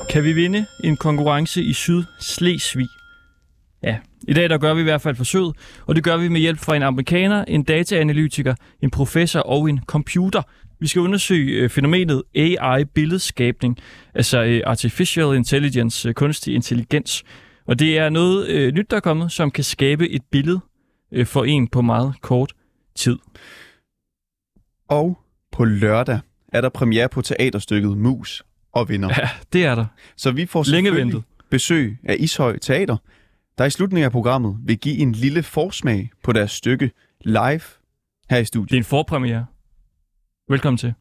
Kan vi vinde en konkurrence i Sydslesvig? Ja, i dag der gør vi i hvert fald forsøget, og det gør vi med hjælp fra en amerikaner, en dataanalytiker, en professor og en computer. Vi skal undersøge fænomenet AI-billedskabning, altså Artificial Intelligence, kunstig intelligens. Og det er noget nyt, der er kommet, som kan skabe et billede for en på meget kort tid. Og på lørdag er der premiere på teaterstykket Mus og Venner. Ja, det er der. Så vi får selvfølgelig besøg af Ishøj Teater, der i slutningen af programmet vil give en lille forsmag på deres stykke live her i studiet. Det er en forpremiere. Velkommen til.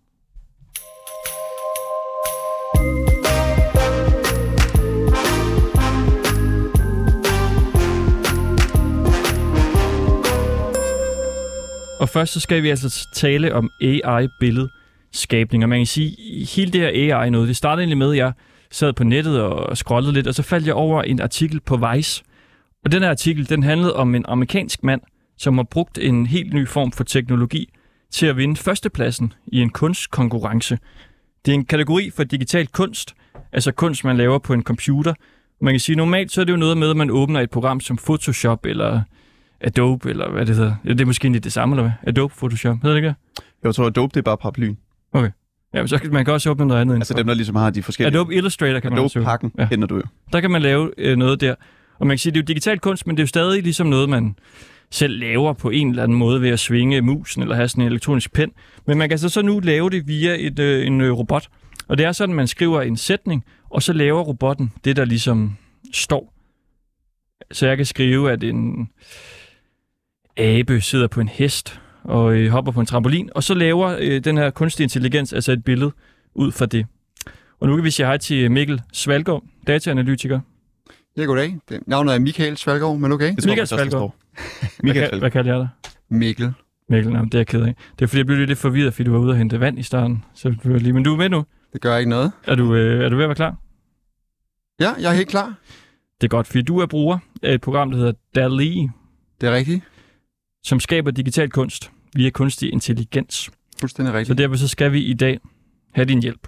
Og først så skal vi altså tale om AI-billedskabning. Og man kan sige, hele det her AI noget, det startede egentlig med, at jeg sad på nettet og scrollede lidt, og så faldt jeg over en artikel på Vice. Og den her artikel, den handlede om en amerikansk mand, som har brugt en helt ny form for teknologi til at vinde førstepladsen i en kunstkonkurrence. Det er en kategori for digital kunst, altså kunst, man laver på en computer. Man kan sige, normalt så er det jo noget med, at man åbner et program som Photoshop eller Adobe, eller hvad det hedder. Det er måske lidt det samme, eller hvad? Adobe Photoshop, hedder det ikke? Jeg tror, Adobe det er bare paraplyen. Okay. Ja, men så man kan også åbne noget andet. Altså dem, der ligesom har de forskellige... Adobe Illustrator kan man også Adobe-pakken kender du jo. Der kan man lave noget der. Og man kan sige, det er jo digital kunst, men det er jo stadig ligesom noget, man selv laver på en eller anden måde ved at svinge musen eller have sådan en elektronisk pen. Men man kan så nu lave det via en robot. Og det er sådan, at man skriver en sætning, og så laver robotten det, der ligesom står. Så jeg kan skrive, at en abe sidder på en hest og hopper på en trampolin, og så laver den her kunstig intelligens altså et billede ud fra det. Og nu kan vi sige hej til Mikkel Svalgaard, dataanalytiker. Ja, goddag. Navnet er Michael Svalgaard, men okay. Michael Svalgaard. Hvad kalder jeg dig? Mikkel. Mikkel, nej, det er jeg ked af. Det er fordi, jeg blev lidt forvirret, fordi du var ude og hente vand i starten. Så lige. Men du er med nu? Det gør ikke noget. Er du ved at være klar? Ja, jeg er helt klar. Det er godt, fordi du er bruger af et program, der hedder DALL-E. Det er rigtigt. Som skaber digital kunst via kunstig intelligens. Fuldstændig rigtigt. Så derfor så skal vi i dag have din hjælp.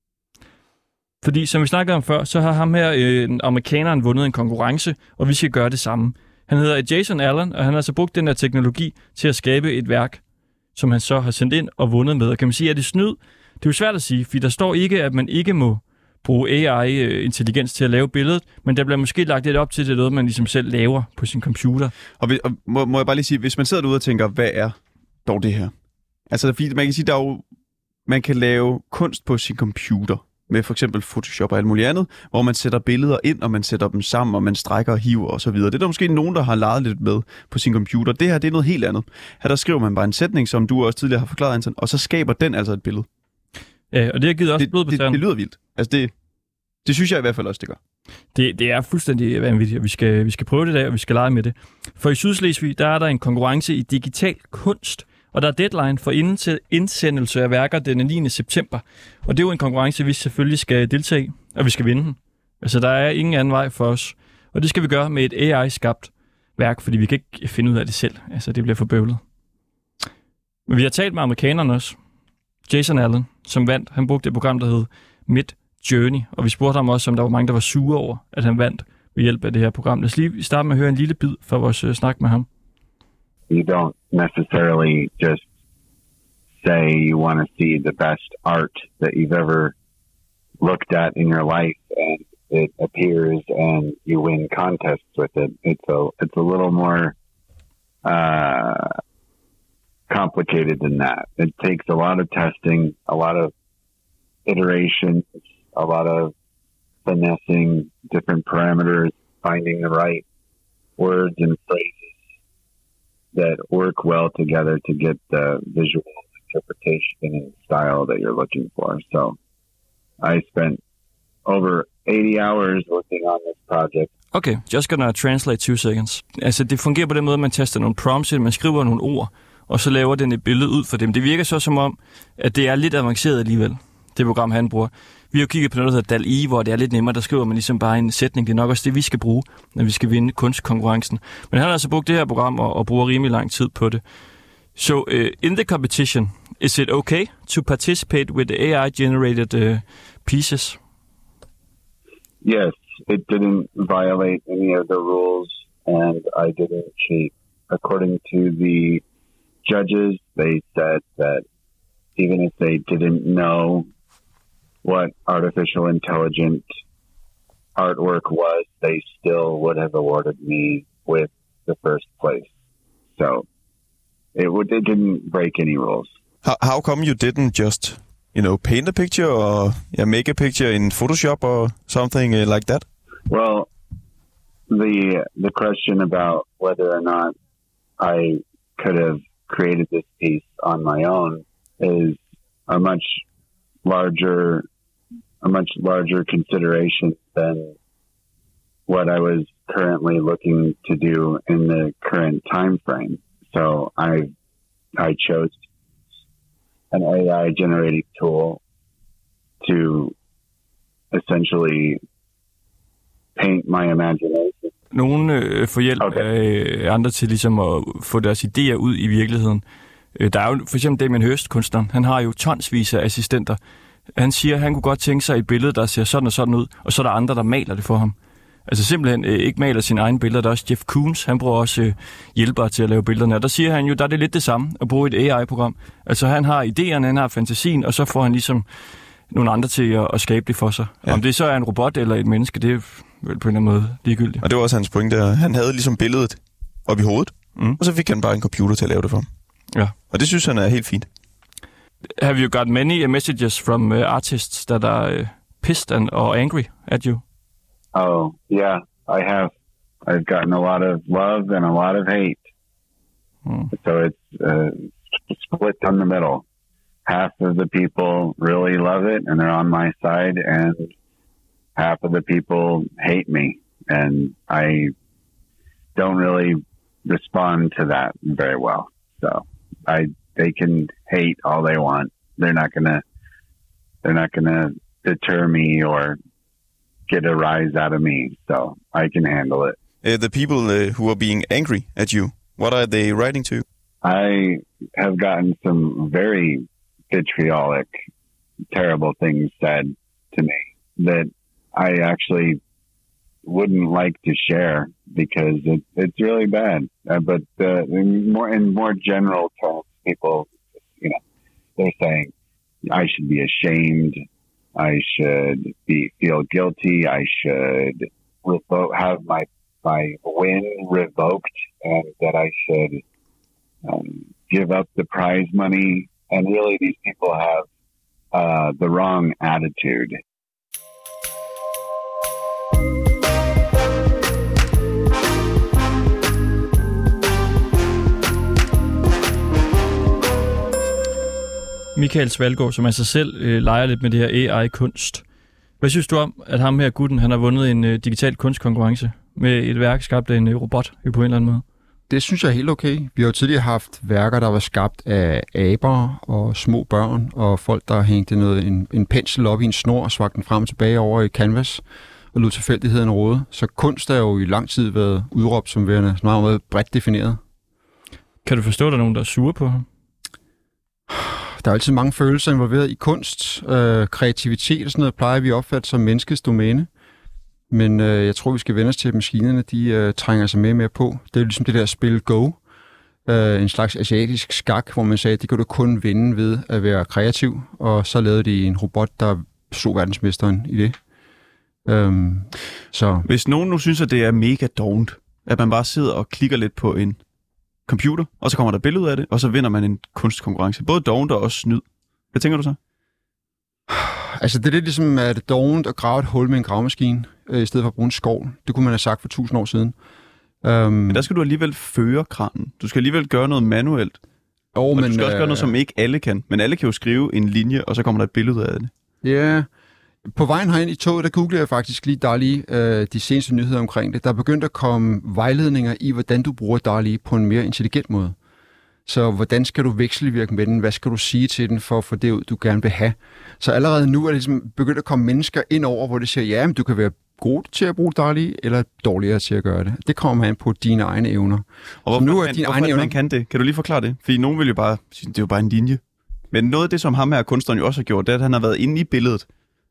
Fordi som vi snakkede om før, så har ham her, amerikaneren, vundet en konkurrence, og vi skal gøre det samme. Han hedder Jason Allen, og han har altså brugt den her teknologi til at skabe et værk, som han så har sendt ind og vundet med. Og kan man sige, at det snyd? Det er jo svært at sige, for der står ikke, at man ikke må bruge AI-intelligens til at lave billedet, men der bliver måske lagt lidt op til, det noget, man ligesom selv laver på sin computer. Og må jeg bare lige sige, hvis man sidder derude og tænker, hvad er dog det her? Altså, fordi man kan sige, man kan lave kunst på sin computer, med for eksempel Photoshop og alt muligt andet, hvor man sætter billeder ind, og man sætter dem sammen, og man strækker og hiver og så videre. Det er der måske nogen, der har leget lidt med på sin computer. Det her, det er noget helt andet. Her der skriver man bare en sætning, som du også tidligere har forklaret, Anton, og så skaber den altså et billede. Ja, og det har givet også blod på tanden. Det lyder vildt. Altså det synes jeg i hvert fald også, det gør. Det er fuldstændig vanvittigt, og vi skal prøve det i dag, og vi skal lege med det. For i Sydslesvig, der er der en konkurrence i digital kunst, og der er deadline for indsendelse af værker den 9. september. Og det er jo en konkurrence, vi selvfølgelig skal deltage i, og vi skal vinde den. Altså, der er ingen anden vej for os. Og det skal vi gøre med et AI-skabt værk, fordi vi kan ikke finde ud af det selv. Altså, det bliver for bøvlet. Men vi har talt med amerikanerne også. Jason Allen, som vandt, han brugte et program, der hed Midjourney. Og vi spurgte ham også, om der var mange, der var sure over, at han vandt ved hjælp af det her program. Lad os lige starte med at høre en lille bid fra vores snak med ham. You don't necessarily just say you want to see the best art that you've ever looked at in your life, and it appears and you win contests with it. It's a little more complicated than that. It takes a lot of testing, a lot of iterations, a lot of finessing different parameters, finding the right words and phrases that work well together to get the visual interpretation and style that you're looking for. So I spent over 80 hours working on this project. Okay, just gonna translate 2 seconds. Altså, det fungerer på den måde, at man taster nogle prompts ind, man skriver nogle ord, og så laver den et billede ud for dem. Det virker så som om, at det er lidt avanceret alligevel, det program, han bruger. Vi har jo kigget på noget, der hedder DALL-E, hvor det er lidt nemmere. Der skriver man ligesom bare en sætning. Det er nok også det, vi skal bruge, når vi skal vinde kunstkonkurrencen. Men han har altså brugt det her program og bruger rimelig lang tid på det. So, in the competition, is it okay to participate with the AI-generated pieces? Yes, it didn't violate any of the rules, and I didn't cheat. According to the judges, they said that even if they didn't know what artificial intelligent artwork was, they still would have awarded me with the first place. So it didn't break any rules. How come you didn't just, paint a picture or make a picture in Photoshop or something like that? Well, the question about whether or not I could have created this piece on my own is a much larger consideration than what I was currently looking to do in the current time frame. So I chose an AI generating tool to essentially paint my imagination. Nogen får hjælp af andre til ligesom at få deres idéer ud i virkeligheden. Der er jo for eksempel Damien Hirst, kunstneren. Han har jo tonsvis af assistenter. Han siger, at han kunne godt tænke sig et billede, der ser sådan og sådan ud, og så er der andre, der maler det for ham. Altså simpelthen ikke maler sine egne billeder. Der er også Jeff Koons, han bruger også hjælpere til at lave billederne. Og der siger han jo, der er det lidt det samme at bruge et AI-program. Altså han har idéerne, han har fantasien, og så får han ligesom nogle andre til at skabe det for sig. Ja. Om det så er en robot eller et menneske, det er vel på en eller anden måde ligegyldigt. Og det var også hans pointe. Han havde ligesom billedet op i hovedet, og så fik han bare en computer til at lave det for ham. Ja. Og det synes han er helt fint. Have you got many messages from artists that are pissed or angry at you? Oh, yeah, I have. I've gotten a lot of love and a lot of hate. So it's split down the middle. Half of the people really love it and they're on my side, and half of the people hate me. And I don't really respond to that very well. So they can hate all they want. They're not gonna deter me or get a rise out of me, so I can handle it. The people who are being angry at you, what are they writing to? I have gotten some very vitriolic, terrible things said to me that I actually wouldn't like to share because it's really bad. But in more general terms, people, they're saying I should be ashamed. I should feel guilty. I should have my win revoked, and that I should give up the prize money. And really, these people have the wrong attitude. Michael Svalgaard, som af sig selv leger lidt med det her AI-kunst. Hvad synes du om, at ham her gutten, han har vundet en digital kunstkonkurrence med et værk skabt af en robot på en eller anden måde? Det synes jeg er helt okay. Vi har jo tidligere haft værker, der var skabt af aber og små børn, og folk, der hængte en pensel op i en snor og svagte den frem og tilbage over i canvas og lod tilfældigheden råde. Så kunst har jo i lang tid været udråbt som værende meget bredt defineret. Kan du forstå, at der er nogen, der er sure på ham? Der er altid mange følelser involveret i kunst. Kreativitet og sådan noget plejer vi at opfatte som menneskets domæne. Men jeg tror, vi skal vende os til, at maskinerne de trænger sig mere på. Det er ligesom det der spil Go. En slags asiatisk skak, hvor man sagde, at det kan du kun vinde ved at være kreativ. Og så lavede de en robot, der slog verdensmesteren i det. Så. Hvis nogen nu synes, at det er mega dovent, at man bare sidder og klikker lidt på en computer, og så kommer der billede ud af det, og så vinder man en kunstkonkurrence. Både dovent og også snyd. Hvad tænker du så? Altså, det er lidt ligesom, at det er dovent at grave et hul med en gravemaskine, i stedet for at bruge en skovl. Det kunne man have sagt for 1000 år siden. Men der skal du alligevel føre kranen. Du skal alligevel gøre noget manuelt. Og du skal også gøre noget, som ikke alle kan. Men alle kan jo skrive en linje, og så kommer der et billede af det. Ja. På vejen herind i toget, der googlede jeg faktisk lige DALL-E, de seneste nyheder omkring det. Der er begyndt at komme vejledninger i, hvordan du bruger DALL-E på en mere intelligent måde. Så hvordan skal du vekselvirke med den? Hvad skal du sige til den for at få det ud, du gerne vil have? Så allerede nu er det ligesom begyndt at komme mennesker ind over, hvor det siger, ja, men du kan være god til at bruge DALL-E, eller dårligere til at gøre det. Det kommer an på dine egne evner. Og hvorfor man kan det? Kan du lige forklare det? Fordi nogen vil jo bare sige, det er jo bare en linje. Men noget af det, som ham her kunstneren jo også har gjort, det er, at han har været inde i billedet,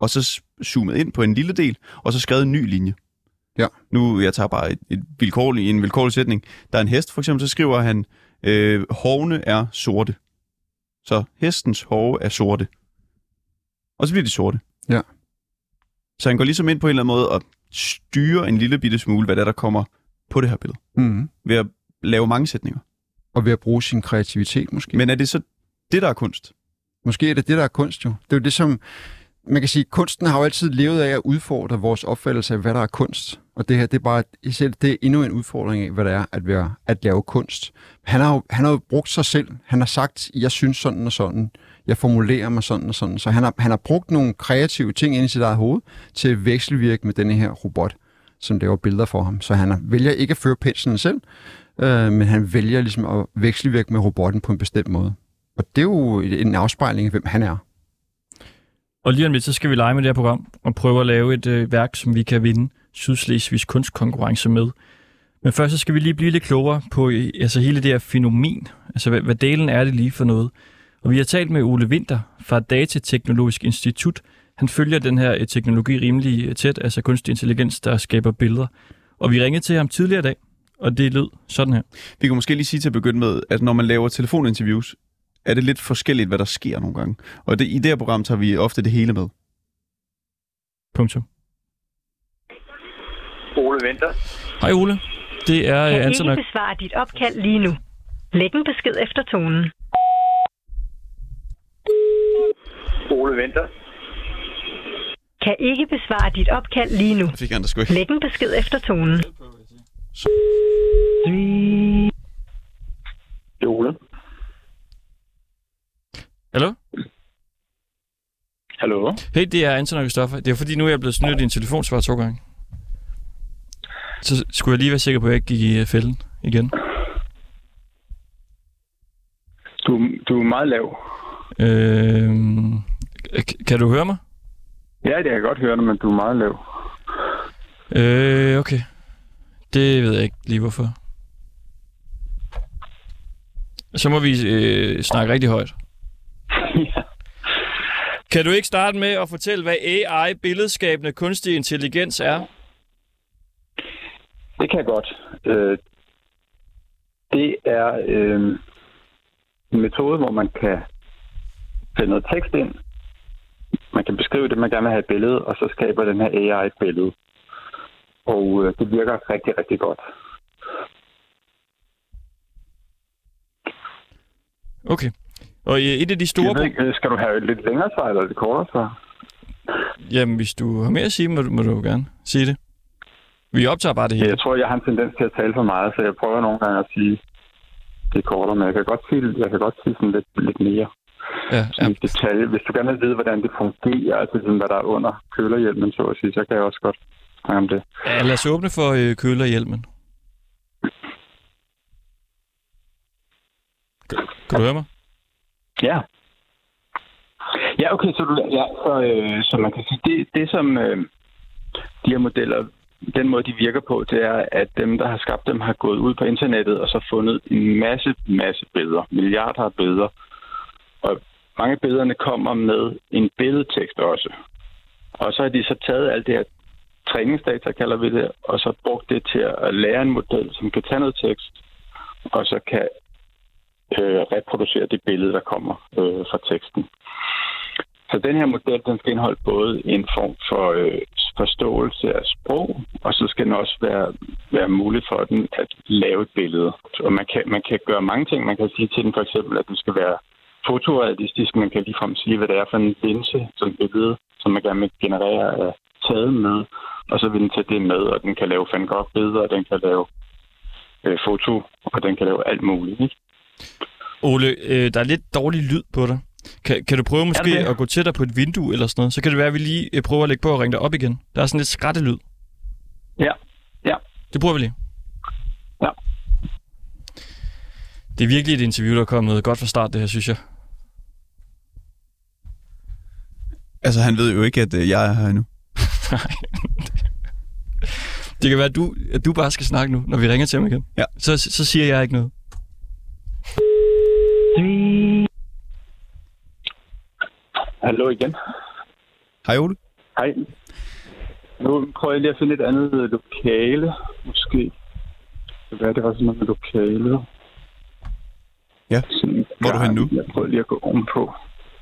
og så zoomet ind på en lille del, og så skrevet en ny linje. Ja. Nu, jeg tager bare en vilkårlig sætning. Der er en hest, for eksempel, så skriver han, hovene er sorte. Så hestens hove er sorte. Og så bliver de sorte. Ja. Så han går ligesom ind på en eller anden måde og styrer en lille bitte smule, hvad der kommer på det her billede. Mm. Ved at lave mange sætninger. Og ved at bruge sin kreativitet måske. Men er det så det, der er kunst? Måske er det det, der er kunst jo. Det er jo det, som... Man kan sige, kunsten har jo altid levet af at udfordre vores opfattelse af, hvad der er kunst. Og det her, det er bare det er endnu en udfordring af, hvad det er at lave kunst. Han har jo brugt sig selv. Han har sagt, jeg synes sådan og sådan. Jeg formulerer mig sådan og sådan. Så han har brugt nogle kreative ting ind i sit eget hoved til at vekselvirke med denne her robot, som laver billeder for ham. Så han vælger ikke at føre penslen selv, men han vælger ligesom at vekselvirke med robotten på en bestemt måde. Og det er jo en afspejling af, hvem han er. Og lige om lidt, så skal vi lege med det her program og prøve at lave et værk, som vi kan vinde Sydslesvigs kunstkonkurrence med. Men først så skal vi lige blive lidt klogere på altså hele det her fænomen. Altså, hvad delen er det lige for noget? Og vi har talt med Ole Winther fra Datateknologisk Institut. Han følger den her teknologi rimelig tæt, altså kunstig intelligens, der skaber billeder. Og vi ringede til ham tidligere i dag, og det lød sådan her. Vi kan måske lige sige til at begynde med, at når man laver telefoninterviews, er det lidt forskelligt, hvad der sker nogle gange. Og i det her program tager vi ofte det hele med. Punktum. Ole Winther. Hej Ole. Det er Kan Anton. ikke besvare dit opkald lige nu. Læg en besked efter tonen. Ole Winther. Kan ikke besvare dit opkald lige nu. Fik han der sgu ikke. Læg en besked efter tonen. Det er Ole. Hallo? Hallo? Hey, det er Anton og Christoffer. Det er fordi, nu er jeg blevet snydt i din telefonsvar 2 gange. Så skulle jeg lige være sikker på, at jeg ikke gik i fælden igen. Du er meget lav. Kan du høre mig? Ja, det kan jeg godt høre dig, men du er meget lav. Okay. Det ved jeg ikke lige hvorfor. Så må vi snakke rigtig højt. Ja. Kan du ikke starte med at fortælle, hvad AI, billedskabende kunstig intelligens, er? Det kan jeg godt. Det er en metode, hvor man kan sætte noget tekst ind. Man kan beskrive det, man gerne vil have et billede, og så skaber den her AI et billede. Og det virker rigtig, rigtig godt. Okay. Og et af de store... Skal du have et lidt længere svar eller lidt kortere svar? Jamen, hvis du har mere at sige, må du gerne sige det. Vi optager bare det hele. Jeg tror, jeg har en tendens til at tale for meget, så jeg prøver nogle gange at sige det kortere, men jeg kan godt sige sådan lidt mere. Ja. Detalje. Hvis du gerne vil vide, hvordan det fungerer, altså sådan, hvad der er under kølerhjelmen, så at sige, så kan jeg også godt snakke om det. Ja, lad os åbne for kølerhjelmen. Kan du høre mig? Ja. Ja, okay, så man kan sige, det som de her modeller, den måde, de virker på, det er, at dem, der har skabt dem, har gået ud på internettet og så fundet en masse billeder. Milliarder af billeder. Og mange af billederne kommer med en billedtekst også. Og så har de så taget alt det her træningsdata, kalder vi det, og så brugt det til at lære en model, som kan tage noget tekst, og så kan reproducere det billede, der kommer fra teksten. Så den her model, den skal indeholde både en form for forståelse af sprog, og så skal den også være muligt for den at lave et billede. Og man kan gøre mange ting. Man kan sige til den for eksempel, at den skal være fotorealistisk. Man kan ligefrem sige, hvad det er for en linse, som et billede, som man gerne vil generere af taget med. Og så vil den tage det med, og den kan lave Van Gogh-billeder, og den kan lave foto, og den kan lave alt muligt. Ikke? Ole, der er lidt dårlig lyd på dig. Kan du prøve måske at gå tættere på et vindue eller sådan noget? Så kan det være, at vi lige prøver at lægge på og ringe dig op igen. Der er sådan lidt skrattelyd. Ja. Det prøver vi lige. Ja. Det er virkelig et interview, der er kommet godt fra start, det her, synes jeg. Altså, han ved jo ikke, at jeg er her endnu. Nej. Det kan være, at du bare skal snakke nu, når vi ringer til ham igen. Ja. Så siger jeg ikke noget. Hallo igen. Hej Ole. Hej. Nu prøver jeg lige at finde et andet lokale, måske. Hvad er det også noget med lokale? Ja, hvor er du henne nu? Jeg prøver lige at gå ovenpå.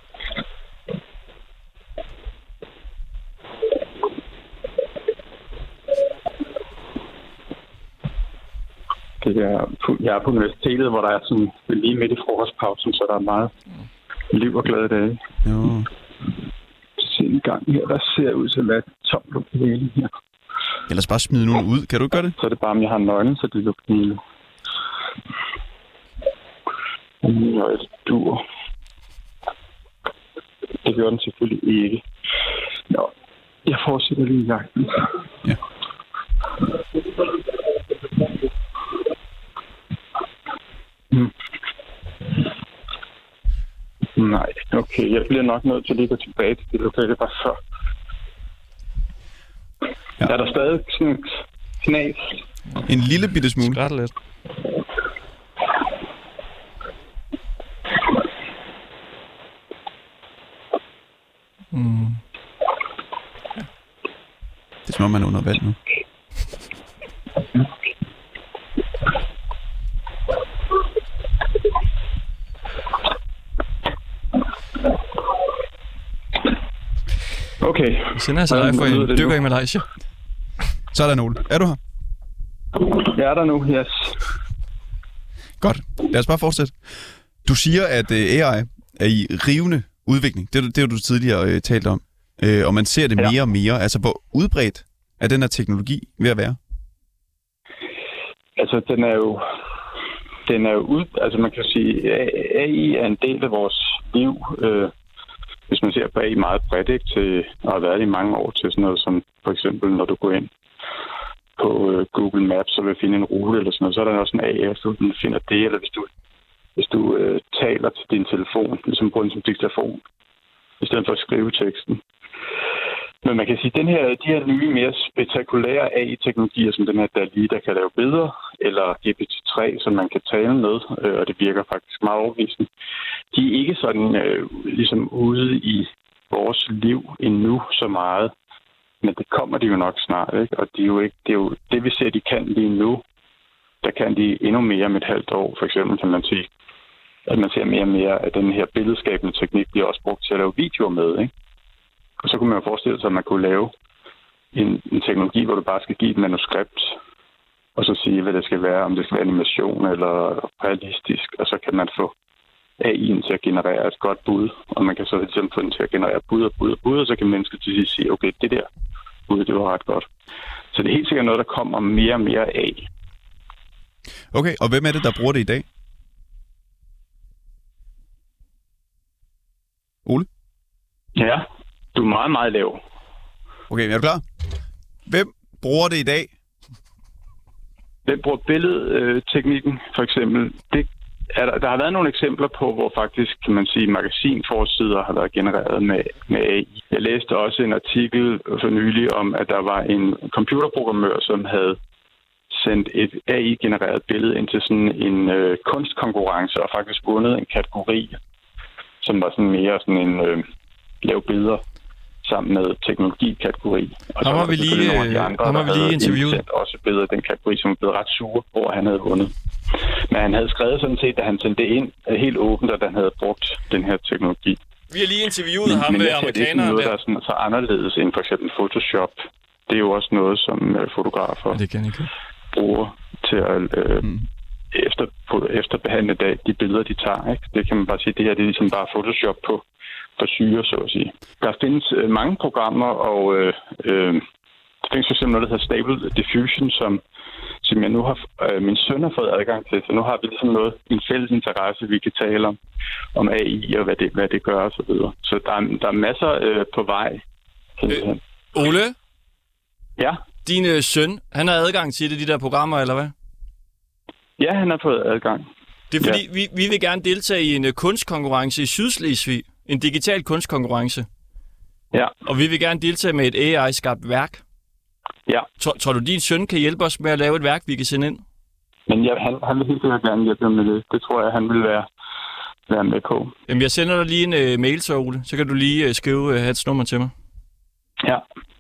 Jeg er på universitetet, hvor der er sådan lige midt i frokostpausen, så der er meget liv og glade dage. Jo. Se en gang her, der ser ud til at være et tomt lokale her. Ellers bare smide nogen ud. Kan du gøre det? Så er det bare, om jeg har nøglen, så det lokale. Nøgle dur. Det gør den selvfølgelig ikke. Nå, jeg fortsætter lige jagten. Ja. Nej, okay. Jeg bliver nok nødt til lige at gå tilbage til det lokale bare før. Ja. Er der stadig sådan knas? En lille bitte smule. Skræt lidt. Det er som om, man er under vand nu. Okay. Vi sender altså dig for en dykker i Malaysia. Så er der Ole. Er du her? Jeg er der nu, yes. Godt. Lad os bare fortsætte. Du siger, at AI er i rivende udvikling. Det er du tidligere talt om. Og man ser det mere og mere. Altså, hvor udbredt er den her teknologi ved at være? Altså, den er jo altså man kan sige, AI er en del af vores liv. Hvis man ser på AI meget bredt, ikke, til at have været det i mange år, til sådan noget som for eksempel, når du går ind på Google Maps og vil finde en rute eller sådan noget, så er der også en AI, så du finder det, eller hvis du taler til din telefon, ligesom på en diktafon, i stedet for at skrive teksten. Men man kan sige, at de her nye, mere spektakulære AI-teknologier, som den her DALL-E, der kan lave billeder, eller GPT-3, som man kan tale med, og det virker faktisk meget overbevisende, de er ikke sådan ligesom ude i vores liv endnu så meget, men det kommer de jo nok snart, ikke? Og det er jo det, vi ser, de kan lige nu. Der kan de endnu mere om et halvt år. For eksempel kan man sige, at man ser mere og mere, at den her billedskabende teknik bliver også brugt til at lave videoer med, ikke? Og så kunne man jo forestille sig, at man kunne lave en teknologi, hvor du bare skal give et manuskript, og så sige, hvad det skal være, om det skal være animation eller realistisk, og så kan man få AI'en til at generere et godt bud, og man kan så ligesom få den til at generere bud, og så kan mennesket til sidst sige, okay, det der bud, det var ret godt. Så det er helt sikkert noget, der kommer mere og mere af. Okay, og hvem er det, der bruger det i dag? Ole? Ja, du er meget, meget lav. Okay, er du klar? Hvem bruger det i dag? Hvem bruger billedteknikken, for eksempel? Der har været nogle eksempler på, hvor faktisk, kan man sige, magasinforsider har været genereret med AI. Jeg læste også en artikel for nylig om, at der var en computerprogrammør, som havde sendt et AI-genereret billede ind til sådan en kunstkonkurrence og faktisk vundet en kategori, som var sådan mere sådan en lav billeder sammen med teknologikategori. Og ham har vi lige interviewet. Også billeder den kategori, som blev ret sure, hvor han havde vundet. Men han havde skrevet sådan set, at han sendte det ind helt åbent, at han havde brugt den her teknologi. Vi har lige interviewet ham med amerikaneren der. Men det er sådan noget, der er så anderledes end for eksempel Photoshop. Det er jo også noget, som fotografer bruger til at efterbehandle de billeder, de tager. Ikke? Det kan man bare sige, det her det er ligesom bare Photoshop på syre, så at sige. Der findes mange programmer, og der findes for eksempel noget, der hedder Stable Diffusion, som jeg nu har, min søn har fået adgang til. Så nu har vi ligesom en fælles interesse, vi kan tale om AI og hvad det gør og så videre. Så der er masser på vej. Ole? Ja? Din søn, han har adgang til de der programmer, eller hvad? Ja, han har fået adgang. Det er fordi, vi vil gerne deltage i en kunstkonkurrence i Sydslesvig. En digital kunstkonkurrence. Ja. Og vi vil gerne deltage med et AI-skabt værk. Ja. Tror du, din søn kan hjælpe os med at lave et værk, vi kan sende ind? Men ja, han vil helt sikkert gerne hjælpe med det. Det tror jeg, han vil være med på. Jamen, jeg sender dig lige en mail til Ole. Så kan du lige skrive hans nummer til mig. Ja.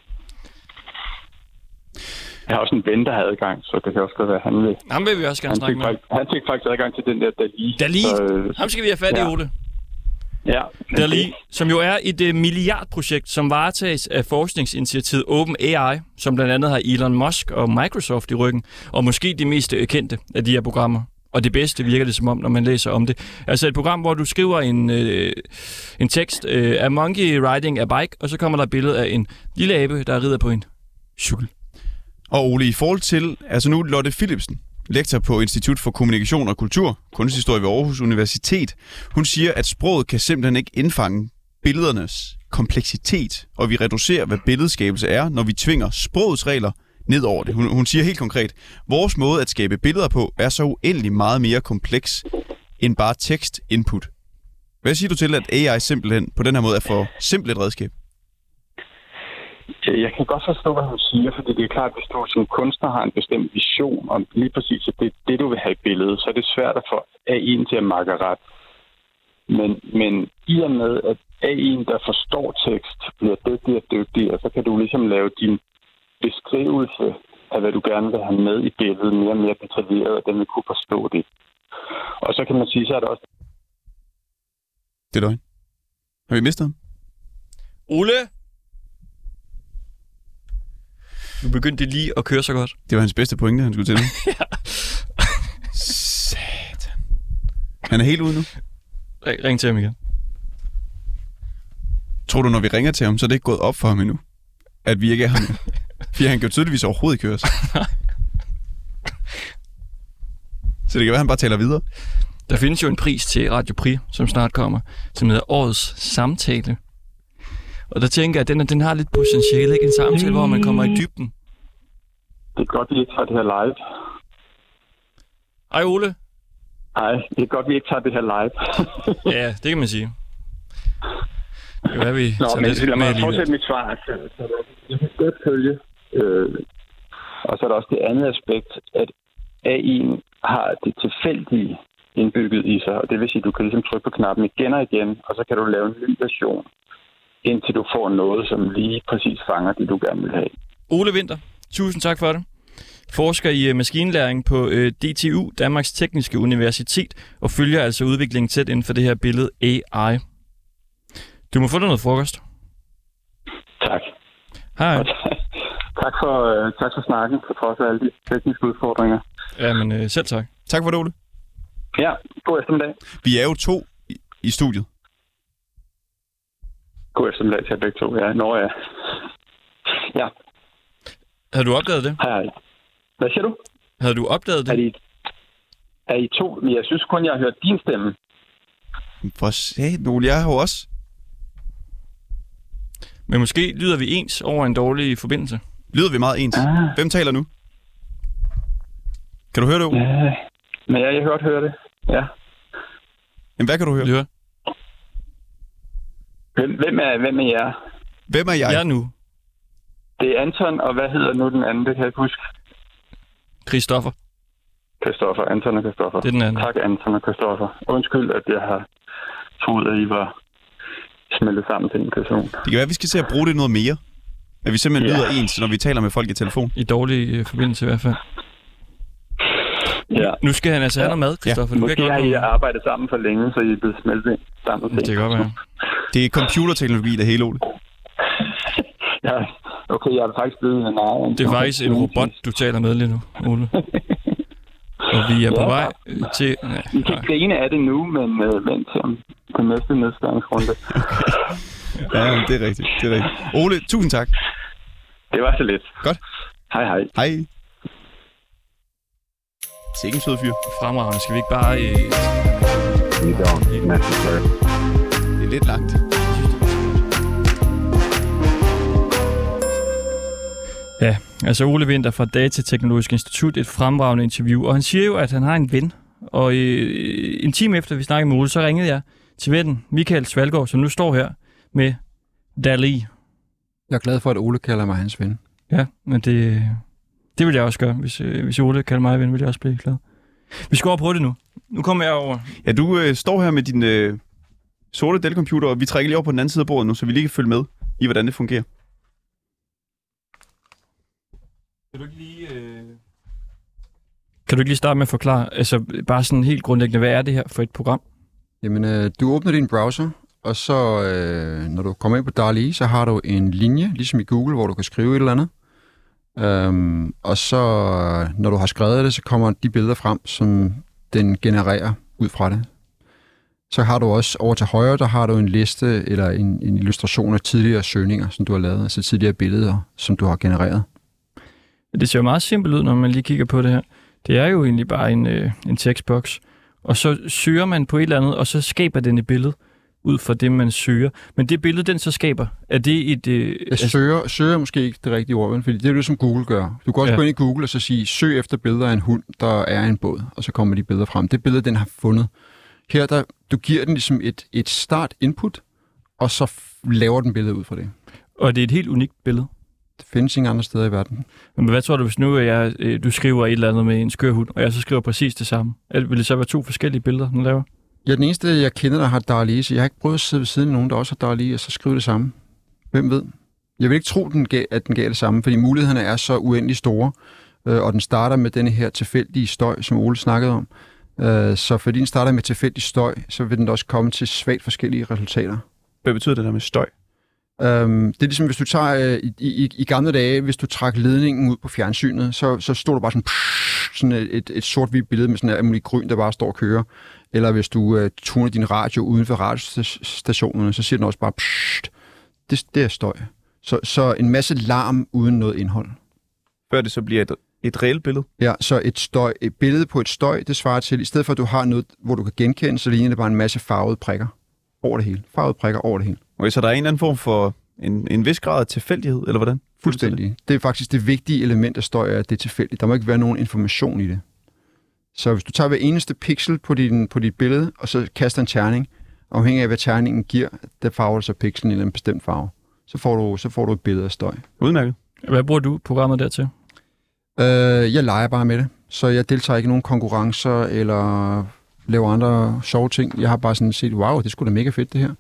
Jeg har også en ven, der har adgang, så det kan også godt være, han vil. Ham vil vi også gerne snakke med. Han fik faktisk adgang til den der DALL-E. DALL-E? Ham skal vi have fat i, Ole. Ja. DALL-E, som jo er et milliardprojekt, som varetages af forskningsinitiativet OpenAI, som blandt andet har Elon Musk og Microsoft i ryggen, og måske de mest kendte af de her programmer. Og det bedste virker det som om, når man læser om det. Altså et program, hvor du skriver en tekst, A monkey riding a bike, og så kommer der et billede af en lille abe, der rider på en cykel. Og Ole, i forhold til, altså nu Lotte Philipsen, lektor på Institut for Kommunikation og Kultur, kunsthistorie ved Aarhus Universitet, hun siger, at sproget kan simpelthen ikke indfange billedernes kompleksitet, og vi reducerer, hvad billedskabelse er, når vi tvinger sprogets regler ned over det. Hun siger helt konkret, vores måde at skabe billeder på er så uendelig meget mere kompleks end bare tekst-input. Hvad siger du til, at AI simpelthen på den her måde er for simpelt et redskab? Jeg kan godt forstå, hvad hun siger, fordi det er klart, at hvis du som kunstner har en bestemt vision om lige præcis, at det er det, du vil have i billedet, så er det svært at få AI'en til at makke ret. Men i og med, at AI'en, der forstår tekst, bliver dygtigere, så kan du ligesom lave din beskrivelse af, hvad du gerne vil have med i billedet, mere og mere detaljeret, og den vil kunne forstå det. Og så kan man sige, så er der også... Det er løgn. Har vi mistet ham? Ole? Nu begyndte det lige at køre så godt. Det var hans bedste pointe, han skulle til. Ja. Satan. Han er helt ude nu. Ring til ham igen. Tror du, når vi ringer til ham, så er det ikke gået op for ham endnu? At vi ikke er ham nu? Fordi han kan jo tydeligvis overhovedet ikke høre os. Så det kan være, at han bare taler videre. Der findes jo en pris til Radio Prix, som snart kommer, som hedder Årets Samtale. Og der tænker jeg, at den har lidt potentiale, ikke? En samtale, hvor man kommer i dybden. Det er godt, vi ikke tager det her live. Ej, Ole? Nej, det er godt, vi ikke tager det her live. Ja, det kan man sige. Det er, vi Nå, men lad mig fortsætte mit svar. Jeg kan godt følge. Og så er der også det andet aspekt, at AI'en har det tilfældige indbygget i sig. Og det vil sige, at du kan ligesom trykke på knappen igen og igen, og så kan du lave en ny version, indtil du får noget, som lige præcis fanger det, du gerne vil have. Ole Winther, tusind tak for det. Forsker i maskinlæring på DTU, Danmarks Tekniske Universitet, og følger altså udviklingen tæt inden for det her billede AI. Du må få dig noget frokost. Tak. Hej. Tak for snakken, for trods af alle de tekniske udfordringer. Jamen, selv tak. Tak for det, Ole. Ja, god eftermiddag. Vi er jo 2 i studiet. God eftermiddag til jer begge to. Ja, når jeg... Ja. Havde du opdaget det? Hej. Hvad siger du? Havde du opdaget det? Er I to? Men jeg synes kun, jeg har hørt din stemme. For satan, Ole, jeg har jo også. Men måske lyder vi ens over en dårlig forbindelse. Lyder vi meget ens? Hvem taler nu? Kan du høre det, Ole? Ja, men jeg kan godt høre det. Ja. Jamen, hvad kan du høre? Lyder. Hvem er jer? Hvem er jeg? Jeg nu. Det er Anton, og hvad hedder nu den anden? Det kan jeg ikke huske. Christoffer. Anton og Christoffer. Det er den anden. Tak, Anton og Christoffer. Undskyld, at jeg har troet, at I var smeltet sammen til en person. Det kan være, at vi skal se at bruge det noget mere. At vi simpelthen lyder ens, når vi taler med folk i telefon. I dårlig forbindelse i hvert fald. Ja. Nu skal han altså have noget mad, Christoffer. Ja. Måske har I arbejdet sammen for længe, så I er blevet smeltet sammen. Det kan godt være. Det er computerteknologi, det hele, Ole. Ja, okay, jeg er faktisk blevet en ejer. Det er faktisk en robot, du taler med lige nu, Ole. Og vi er på vej til... Ja, I kan grine af det nu, men vent til den næste nedskæringsrunde. Okay. Ja, det er rigtigt. Ole, tusind tak. Det var så lidt. Godt. Hej. Hej. Sikke en sød fyr. Fremragende. Skal vi ikke bare... You don't necessarily. Det er lidt langt. Ja, altså Ole Winther fra Datateknologisk Institut, et fremragende interview, og han siger jo, at han har en ven, og en time efter vi snakkede med Ole, så ringede jeg til vennen Michael Svalgaard, som nu står her med DALL-E. Jeg er glad for, at Ole kalder mig hans ven. Ja, men det vil jeg også gøre. Hvis Ole kalder mig ven, vil jeg også blive glad. Vi skal over på det nu. Nu kommer jeg over. Ja, du står her med din sorte Dell-computer, og vi trækker lige over på den anden side af bordet nu, så vi lige kan følge med i, hvordan det fungerer. Kan du ikke lige starte med at forklare, altså bare sådan helt grundlæggende, hvad er det her for et program? Jamen, du åbner din browser, og så når du kommer ind på DALL-E, så har du en linje, ligesom i Google, hvor du kan skrive et eller andet. Og så, når du har skrevet det, så kommer de billeder frem, som den genererer ud fra det. Så har du også over til højre, der har du en liste eller en illustration af tidligere søgninger, som du har lavet, altså tidligere billeder, som du har genereret. Det ser jo meget simpelt ud, når man lige kigger på det her. Det er jo egentlig bare en tekstboks, og så søger man på et eller andet, og så skaber den et billede ud fra det, man søger. Men det billede, den så skaber, er det et... Søger måske ikke det rigtige ord, fordi det er det, som Google gør. Du kan også gå ind i Google og så sige, søg efter billeder af en hund, der er en båd, og så kommer de billeder frem. Det billede, den har fundet. Her, du giver den ligesom et start-input, og så laver den billede ud fra det. Og det er et helt unikt billede. Det findes ingen andre steder i verden. Men hvad tror du, hvis nu du skriver et eller andet med en skør hund, og jeg så skriver præcis det samme? Vil det så være 2 forskellige billeder, den laver? Ja, den eneste, jeg kender, der har DALL-E, så jeg har ikke prøvet at sidde ved siden af nogen, der også har DALL-E, og så skrive det samme. Hvem ved? Jeg vil ikke tro, at den gav det samme, fordi mulighederne er så uendelig store, og den starter med denne her tilfældige støj, som Ole snakkede om. Så fordi den starter med tilfældig støj, så vil den også komme til svagt forskellige resultater. Hvad betyder det der med støj? Det er ligesom, hvis du tager i gamle dage, hvis du trak ledningen ud på fjernsynet, så stod der bare sådan et sort-hvidt billede med sådan en mulig gryn, der bare står og kører. Eller hvis du tuner din radio uden for radiostationerne, så siger den også bare det er støj. Så en masse larm uden noget indhold. Før det så bliver et reelt billede? Ja, så et billede på et støj, det svarer til, i stedet for at du har noget, hvor du kan genkende, så ligner det bare en masse farvede prikker over det hele. Farvede prikker over det hele. Okay, så der er en eller anden form for en vis grad af tilfældighed, eller hvordan? Fuldstændig. Det er faktisk det vigtige element af støj, at det er tilfældigt. Der må ikke være nogen information i det. Så hvis du tager hver eneste pixel på dit billede, og så kaster en terning, afhængig af hvad terningen giver, der farver så pixelen i en bestemt farve. Så får du et billede af støj. Udmærket. Hvad bruger du programmet dertil? Jeg leger bare med det, så jeg deltager ikke i nogen konkurrencer eller laver andre sjove ting. Jeg har bare sådan set, wow, det skulle da mega fedt det her.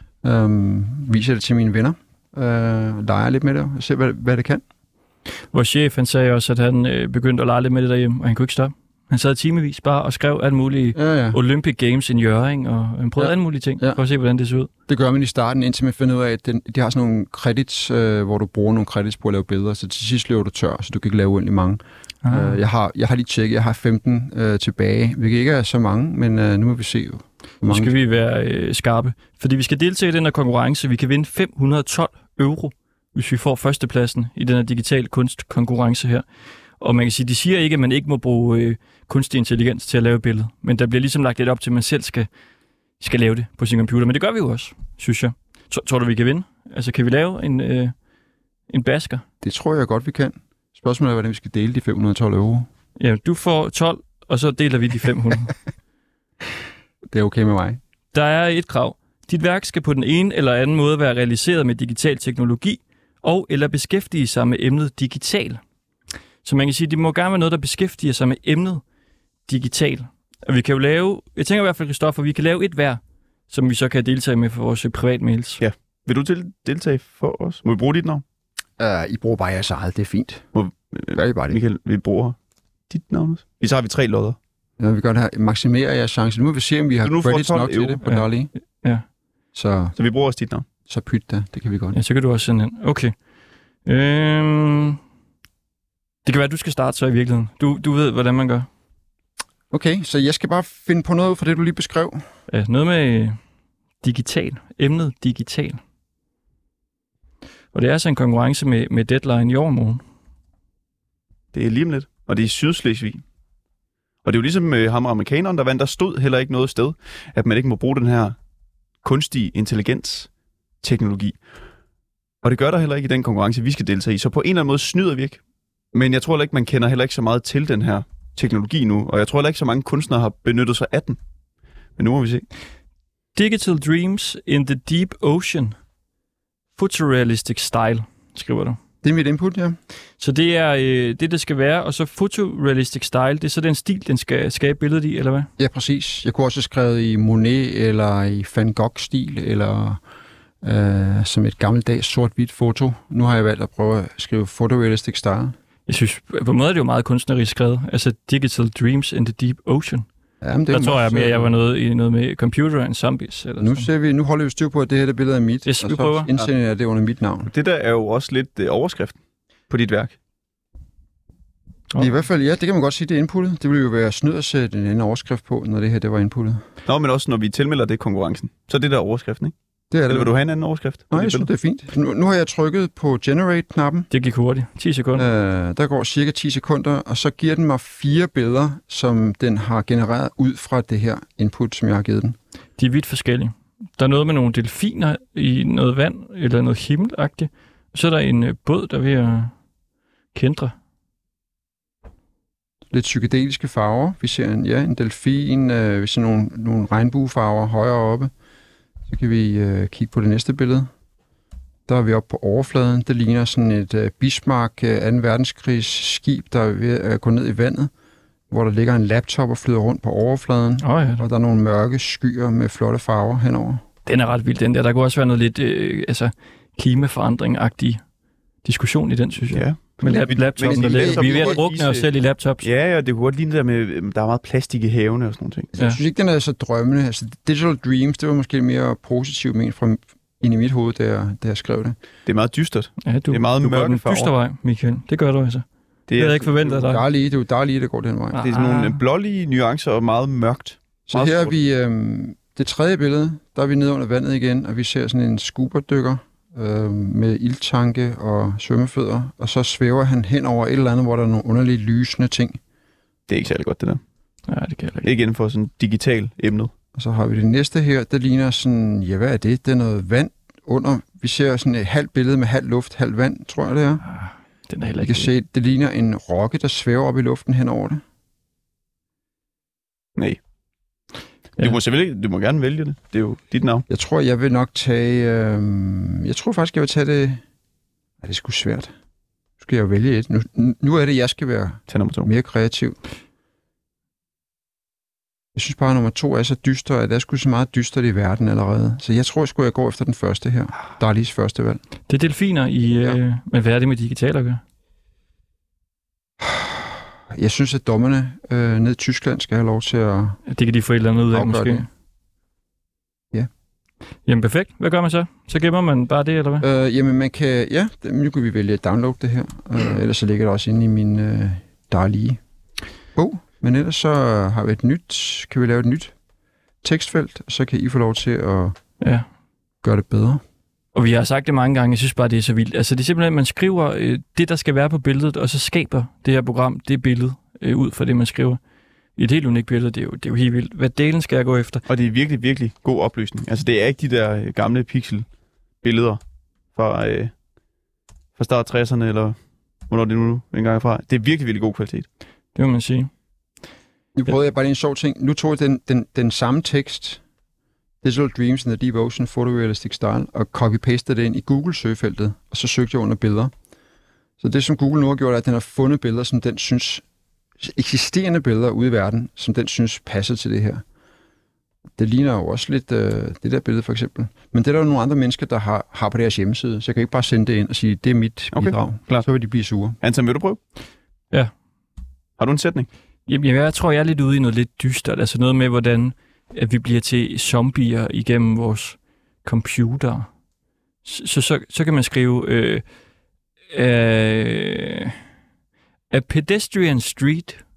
Viser det til mine venner. Leger lidt med det og ser, hvad det kan. Vores chef, han sagde også, at han begyndte at lege lidt med det derhjemme, og han kunne ikke stoppe. Han sad timevis bare og skrev alle mulige Olympic Games in Hjørring, og han prøvede alle mulige ting for at se, hvordan det ser ud. Det gør man i starten, indtil man finder ud af, at de har sådan nogle credits, hvor du bruger nogle credits på at lave billeder, så til sidst løber du tør, så du kan ikke lave uendelig mange. Jeg har lige tjekket, jeg har 15 tilbage, hvilket ikke er så mange, men nu må vi se. Nu skal vi være skarpe, fordi vi skal deltage i den her konkurrence. Vi kan vinde 512 euro, hvis vi får førstepladsen i den her digital kunstkonkurrence her. Og man kan sige, de siger ikke, at man ikke må bruge kunstig intelligens til at lave billeder, men der bliver ligesom lagt lidt op til, at man selv skal lave det på sin computer. Men det gør vi jo også, synes jeg. Tror du, vi kan vinde? Altså, kan vi lave en basker? Det tror jeg godt, vi kan. Spørgsmålet er, hvordan vi skal dele de 512 euro. Ja, du får 12, og så deler vi de 500. Det er okay med mig. Der er et krav. Dit værk skal på den ene eller anden måde være realiseret med digital teknologi, og eller beskæftige sig med emnet digital. Så man kan sige, at det må gerne være noget, der beskæftiger sig med emnet digital. Og vi kan jo lave, jeg tænker i hvert fald, Christoffer, vi kan lave et hver, som vi så kan deltage med for vores privatmails. Ja. Vil du deltage for os? Må vi bruge dit navn? I bruger bare jeres eget, det er fint. Gør I bare det? Michael, vi bruger dit navn også. Så har vi 3 lodder. Ja, vi kan godt maksimere jeres chance. Nu må vi se, om vi har credits nok til det på DALL-E. Ja. Så vi bruger også dit navn. Så pyt da, det kan vi godt. Ja, så kan du også sende ind. Okay. Det kan være, at du skal starte så i virkeligheden. Du ved, hvordan man gør. Okay, så jeg skal bare finde på noget for det, du lige beskrev. Ja, noget med digital. Emnet digital. Og det er altså en konkurrence med deadline i overmorgen. Det er lige om lidt, og det er i Sydslesvig. Og det er jo ligesom ham amerikaneren, der vandt, der stod heller ikke noget sted, at man ikke må bruge den her kunstige intelligens-teknologi. Og det gør der heller ikke i den konkurrence, vi skal deltage i. Så på en eller anden måde snyder vi ikke. Men jeg tror heller ikke, man kender heller ikke så meget til den her teknologi nu. Og jeg tror heller ikke, så mange kunstnere har benyttet sig af den. Men nu må vi se. Digital Dreams in the Deep Ocean. Photorealistic Style, skriver du. Det er mit input, ja. Så det er det skal være. Og så Photorealistic Style, det er så den stil, den skal skabe billedet i, eller hvad? Ja, præcis. Jeg kunne også have skrevet i Monet, eller i Van Gogh-stil, eller som et gammeldags sort-hvidt foto. Nu har jeg valgt at prøve at skrive Photorealistic Style. Jeg synes, på en måde er det jo meget kunstnerisk skrevet. Altså, Digital Dreams in the Deep Ocean. Jamen, Der tror jeg mere, jeg var noget med computer and zombies. Eller Nu holder vi styr på, at det her billede er mit, Yes, og vi så prøver. indsender jeg det under mit navn. Det der er jo også lidt overskriften på dit værk. I hvert fald, ja, det kan man godt sige, det er inputtet. Det ville jo være snyd at sætte en anden overskrift på, når det her det var inputtet. Nå, men også når vi tilmelder det konkurrencen. Så er det der overskriften, ikke? Det er det. Eller vil du have en anden overskrift? Nej, jeg synes, det er fint. Nu har jeg trykket på Generate-knappen. Det gik hurtigt. 10 sekunder. Der går cirka 10 sekunder, og så giver den mig 4 billeder, som den har genereret ud fra det her input, som jeg har givet den. De er vidt forskellige. Der er noget med nogle delfiner i noget vand, eller noget himmelagtigt. Så er der en båd, der er ved at kendre. Lidt psykedeliske farver. Vi ser en delfin, vi ser nogle regnbuefarver højere oppe. Så kan vi kigge på det næste billede. Der er vi oppe på overfladen. Det ligner sådan et Bismarck 2. verdenskrigsskib, der er ved at gå ned i vandet, hvor der ligger en laptop og flyder rundt på overfladen. Ja. Og der er nogle mørke skyer med flotte farver henover. Den er ret vild, den der. Der kunne også være noget lidt klimaforandring-agtig diskussion i den, synes jeg. Ja. Med laptopen, der ligger. Vi er ved at drukne os selv i laptops. Ja, det kunne godt ligne det der med, der er meget plastik i havene og sådan nogle ting. Jeg synes ikke, den er så drømmende. Altså, Digital Dreams, det var måske mere positivt ment fra ind i mit hoved, da jeg skrev det. Det er meget dystert. Ja, det er meget du går mørke den farver. dyster vej, Michael. Det gør du altså. Det havde jeg ikke forventet af dig. Det er jo dejligt, det går den vej. Det er sådan nogle blålige nuancer og meget mørkt. Så meget her sort. er vi, det tredje billede, der er vi nede under vandet igen, og vi ser sådan en scuba-dykker med ildtanke og svømmefødder, og så svæver han hen over et eller andet, hvor der er nogle underlige lysende ting. Det er ikke særlig godt, det der. Nej, det kan jeg ikke. Ikke inden for sådan digital emnet. Og så har vi det næste her, der ligner sådan, ja, hvad er det? Det er noget vand under. Vi ser sådan et halvt billede med halv luft, halv vand, tror jeg det er. Den er heller Vi ikke. kan se, det ligner en rokke, der svæver op i luften hen over det. Nej. Ja. Du må gerne vælge det. Det er jo dit navn. Jeg tror, jeg vil nok tage... jeg tror faktisk, jeg vil tage det... Ja, det er sgu svært. Nu skal jeg jo vælge et. Nu er det, jeg skal være Tag nummer 2. mere kreativ. Jeg synes bare, at nummer 2 er så dyster, at der er sgu så meget dystert i verden allerede. Så jeg tror sgu, jeg går efter den første her. Dalis første valg. Det er delfiner i... Men hvad er det med digitale at gøre? Jeg synes, at dommerne ned i Tyskland skal have lov til at... Det kan de få et eller andet ud af, afgøre måske. det. Ja. Jamen, perfekt. Hvad gør man så? Så gemmer man bare det, eller hvad? Jamen, man kan... Ja, nu kan vi vælge at downloade det her. Ellers så ligger det også inde i min daglige bog. Men ellers så har vi kan vi lave et nyt tekstfelt, og så kan I få lov til at gøre det bedre. Og vi har sagt det mange gange, jeg synes bare, det er så vildt. Altså, det er simpelthen, at man skriver det, der skal være på billedet, og så skaber det her program det billede ud fra det, man skriver. I et helt unikt billede, det er jo helt vildt. Hvad delen skal jeg gå efter? Og det er virkelig, virkelig god opløsning. Altså, det er ikke de der gamle pixelbilleder fra start 60'erne, eller hvornår det nu engang er fra. Det er virkelig, virkelig god kvalitet. Det må man sige. Nu prøvede jeg bare lige en sjov ting. Nu tog jeg den samme tekst, Digital Dreams in the Deep Ocean Photorealistic Style, og copy-pastede det ind i Google-søgefeltet, og så søgte jeg under billeder. Så det, som Google nu har gjort, er, at den har fundet billeder, som den synes, eksisterende billeder ude i verden, som den synes passer til det her. Det ligner jo også lidt det der billede, for eksempel. Men det er der jo nogle andre mennesker, der har på deres hjemmeside, så jeg kan ikke bare sende det ind og sige, det er mit bidrag. Klar. Så vil de blive sure. Anton, vil du prøve? Ja. Har du en sætning? Jamen, jeg tror, jeg er lidt ude i noget lidt dystert. Altså noget med, hvordan at vi bliver til zombier igennem vores computer. Så kan man skrive a pedestrian street.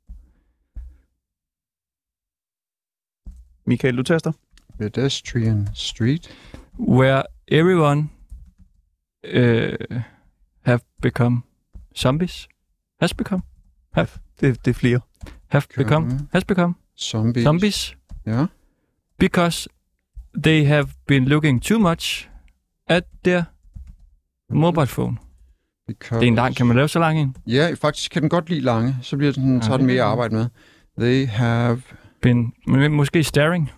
Michael, du taster. Pedestrian street. Where everyone have become zombies. Has become. Have. Det er flere. Have become. Has become. Zombies. Ja. Because they have been looking too much at their mobile phone. Because... Det er en lang. Kan man lave så lang en? Ja, faktisk kan den godt lide lange. Så bliver den, så er den mere arbejde med. They have been måske staring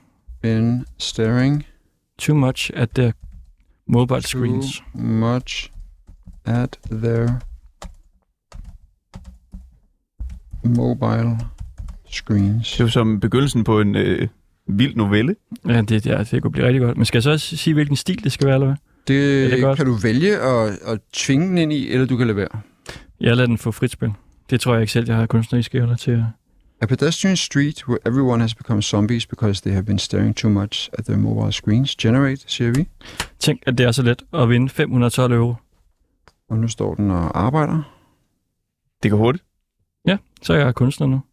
too much at their mobile screens. Too much at their mobile screens. Det er jo som begyndelsen på en vild novelle. Ja, det kunne blive rigtig godt. Men skal jeg så også sige, hvilken stil det skal være, eller hvad? Det kan du vælge at tvinge den ind i, eller du kan lade være. Jeg lader den få frit spil. Det tror jeg ikke selv, jeg har kunstneriske evner til at... A pedestrian street where everyone has become zombies because they have been staring too much at their mobile screens. Generate, siger vi. Tænk, at det er så let at vinde 512 euro. Og nu står den og arbejder. Det går hurtigt. Ja, så er jeg kunstner nu.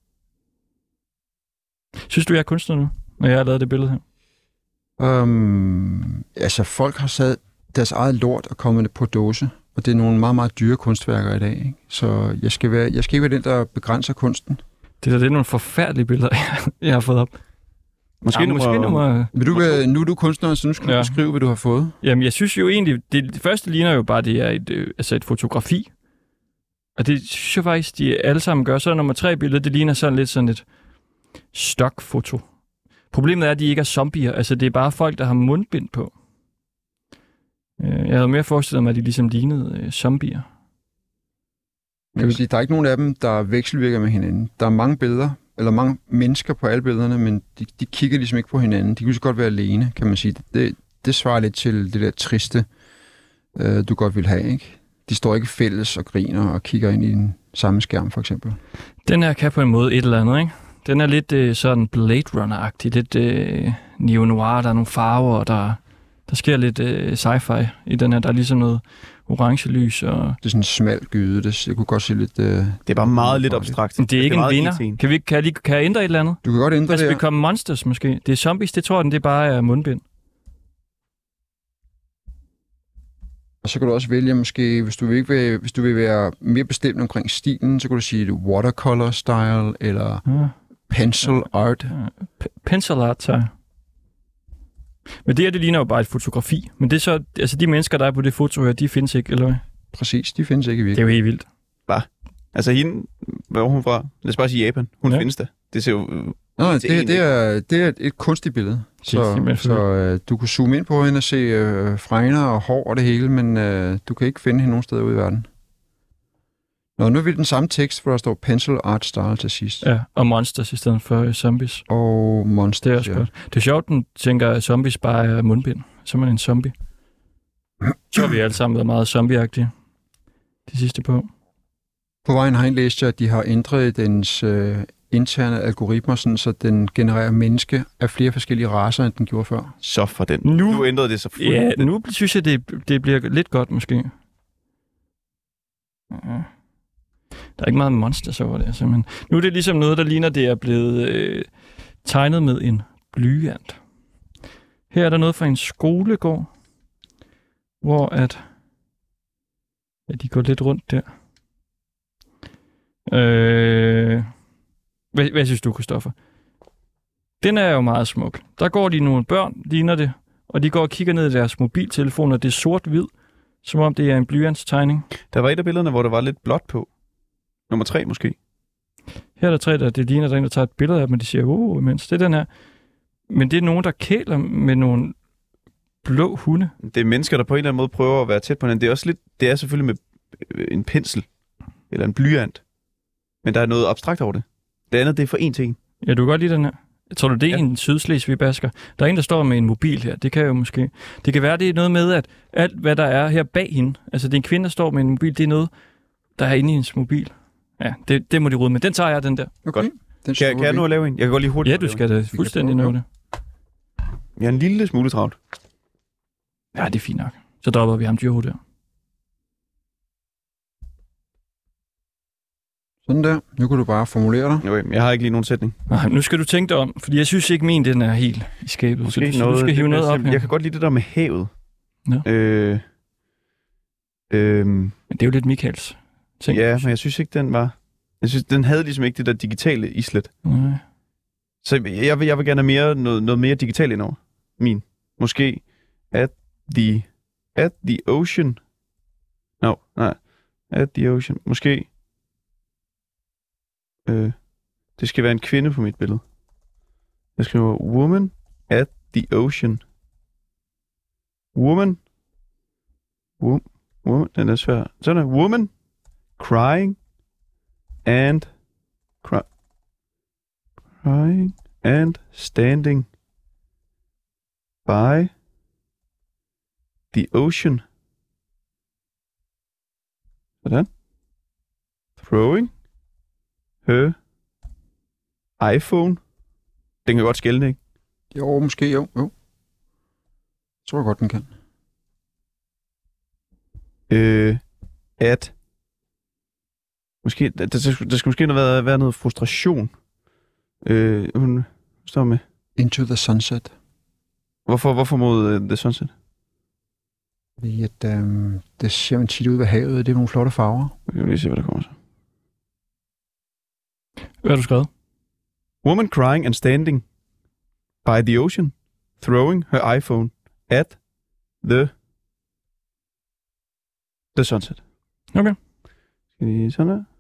Synes du, jeg er kunstner nu, når jeg har lavet det billede her? Altså, folk har sat deres eget lort og kommet det på dåse. Og det er nogle meget, meget dyre kunstværker i dag. Ikke? Så jeg skal ikke være den, der begrænser kunsten. Det er nogle forfærdelige billeder, jeg har fået op. Måske nu må... Nu er du kunstner, så nu skal du beskrive, hvad du har fået. Jamen, jeg synes jo egentlig, det første ligner jo bare, det er et fotografi. Og det synes jeg faktisk, de alle sammen gør. Så nummer 3 billede, det ligner sådan lidt sådan et stokfoto. Problemet er, at de ikke er zombier. Altså, det er bare folk, der har mundbind på. Jeg havde mere forestillet mig, at de ligesom lignede zombier. Jeg vil sige, der er ikke nogen af dem, der vekselvirker med hinanden. Der er mange billeder, eller mange mennesker på alle billederne, men de kigger ligesom ikke på hinanden. De kunne så godt være alene, kan man sige. Det svarer lidt til det der triste, du godt vil have, ikke? De står ikke fælles og griner og kigger ind i den samme skærm, for eksempel. Den her kan på en måde et eller andet, ikke? Den er lidt sådan Blade Runner-agtig, lidt neo-noir, der er nogle farver, og der sker lidt sci-fi i den her. Der er ligesom noget orange lys. Og... Det er sådan en smal gyde, jeg kunne godt se lidt... Det er bare meget lidt abstrakt. Det er ikke en vinder. Kan jeg ændre et eller andet? Du kan godt ændre det. Become Monsters måske. Det er zombies, det tror jeg, det bare er mundbind. Og så kan du også vælge måske, hvis du vil være mere bestemt omkring stilen, så kan du sige det watercolor style, eller pencil art. Pencil art, så. Men det ligner jo bare et fotografi. Men det er så, altså de mennesker, der er på det foto her, de findes ikke, eller hvad? Præcis, de findes ikke i Det virkeligheden. er jo helt vildt. Bare. Altså hende, hvor er hun fra? Lad os bare sige Japan. Hun findes der. Det ser jo... Nej, det er et kunstigt billede. Så du kunne zoome ind på hende og se fregner og hår og det hele, men du kan ikke finde hende nogen steder ude i verden. Nu er vi den samme tekst, hvor der står pencil art style til sidst. Ja, og monsters i stedet for zombies. Og monsters, det er også godt. Det er sjovt, den tænker, at zombies bare er mundbind. Så er man en zombie. Så har vi alle sammen været meget zombieagtige de sidste på. På vejen har jeg læst, at de har ændret dens interne algoritmer, sådan, så den genererer menneske af flere forskellige racer, end den gjorde før. Så for den. Nu ændrede det så fuldstændig. Ja, nu synes jeg, det bliver lidt godt måske. Der er ikke meget monsters over det, simpelthen. Nu er det ligesom noget, der ligner, det er blevet tegnet med en blyant. Her er der noget fra en skolegård, hvor de går lidt rundt der. Hvad synes du, Christoffer? Den er jo meget smuk. Der går de nogle børn, ligner det, og de går og kigger ned i deres mobiltelefoner, og det er sort-hvid, som om det er en blyantstegning. Der var et af billederne, hvor der var lidt blåt på. Nummer 3 måske. Her er der 3, det ligner, der tager et billede af dem, og de siger, imens det er den her. Men det er nogen, der kæler med nogle blå hunde. Det er mennesker, der på en eller anden måde prøver at være tæt på hinanden. Det er også lidt, det er selvfølgelig med en pensel, eller en blyant. Men der er noget abstrakt over det. Det andet, det er for en til en. Ja, du kan godt lide den her. Jeg tror du, det er en sydslesvig-basker? Der er en, der står med en mobil her. Det kan jo måske... Det kan være, det er noget med, at alt, hvad der er her bag hende, altså det er en kvinde, der står med en mobil, det er noget, der er inde i hendes mobil. Ja, det må de rode med. Den tager jeg, den der. Okay. Den kan jeg nu lave en? Jeg kan godt lige hurtigt. Ja, du skal da fuldstændig nå det. Jeg er en lille smule travlt. Ja, det er fint nok. Så dropper vi ham dyrhoved der. Sådan der. Nu kan du bare formulere dig. Okay, jeg har ikke lige nogen sætning. Nej, nu skal du tænke dig om, fordi jeg synes ikke, min den er helt i skabet. Måske så du skal hive noget op her. Jeg kan godt lide det der med havet. Ja. Men det er jo lidt Michaels ting. Ja, men jeg synes ikke, den var... Jeg synes, den havde ligesom ikke det der digitale islet. Nej. Så jeg vil gerne have noget mere digitalt indover. Min. Måske at the ocean. Nej. At the ocean. Måske... det skal være en kvinde på mit billede. Jeg skriver woman at the ocean. Woman. Den er svær. Sådan er woman crying and standing by the ocean. Sådan. throwing her iPhone. Den kan godt skælne, ikke? Jo, måske jo. Jeg tror godt, den kan. At måske, der skal måske være noget frustration. Hun står med. Into the Sunset. Hvorfor mod The Sunset? Fordi at, det ser man tit ud ved havet. Det er nogle flotte farver. Vi kan lige se, hvad der kommer så. Hvad har du skrevet? Woman crying and standing by the ocean, throwing her iPhone at the sunset. Okay. Skal vi sådan der?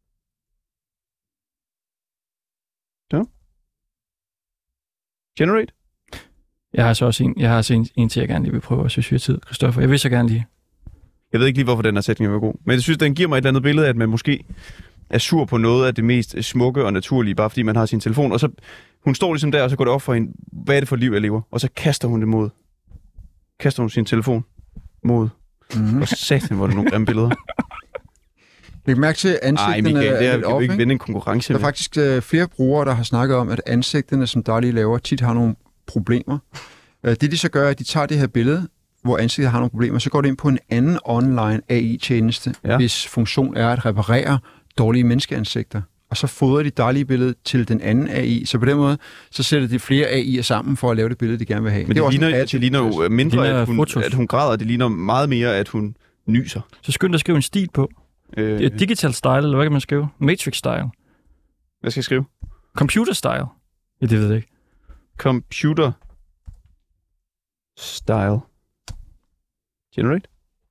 Så. Generate. Jeg har så også en til, jeg gerne lige vil prøve, hvis vi har tid, Christoffer. Jeg vil så gerne lige. Jeg ved ikke lige, hvorfor den her sætning var god. Men jeg synes, den giver mig et eller andet billede af, at man måske er sur på noget af det mest smukke og naturlige, bare fordi man har sin telefon. Og så, hun står ligesom der, og så går det op for hende, hvad er det for et liv, jeg lever? Og så kaster hun sin telefon mod. Og satan, hvor er det nogle grimme billeder. Læg mærke til, at ansigtene er lidt off, ikke? Vinde en konkurrence. Der er faktisk flere brugere, der har snakket om, at ansigtene, som Dall-E laver, tit har nogle problemer. Det de så gør, er, at de tager det her billede, hvor ansigtet har nogle problemer, så går det ind på en anden online AI-tjeneste, hvis funktion er at reparere dårlige menneskeansigter. Og så fodrer de Dall-E-billedet til den anden AI, så på den måde, så sætter de flere AI'er sammen for at lave det billede, de gerne vil have. Men det ligner jo mindre, at hun græder. Det ligner meget mere, at hun nyser. Så skynd dig at skrive en stil på. Digital style, eller hvad kan man skrive? Matrix style. Hvad skal jeg skrive? Computer style. Ja, det ved jeg ikke. Computer style. Generate.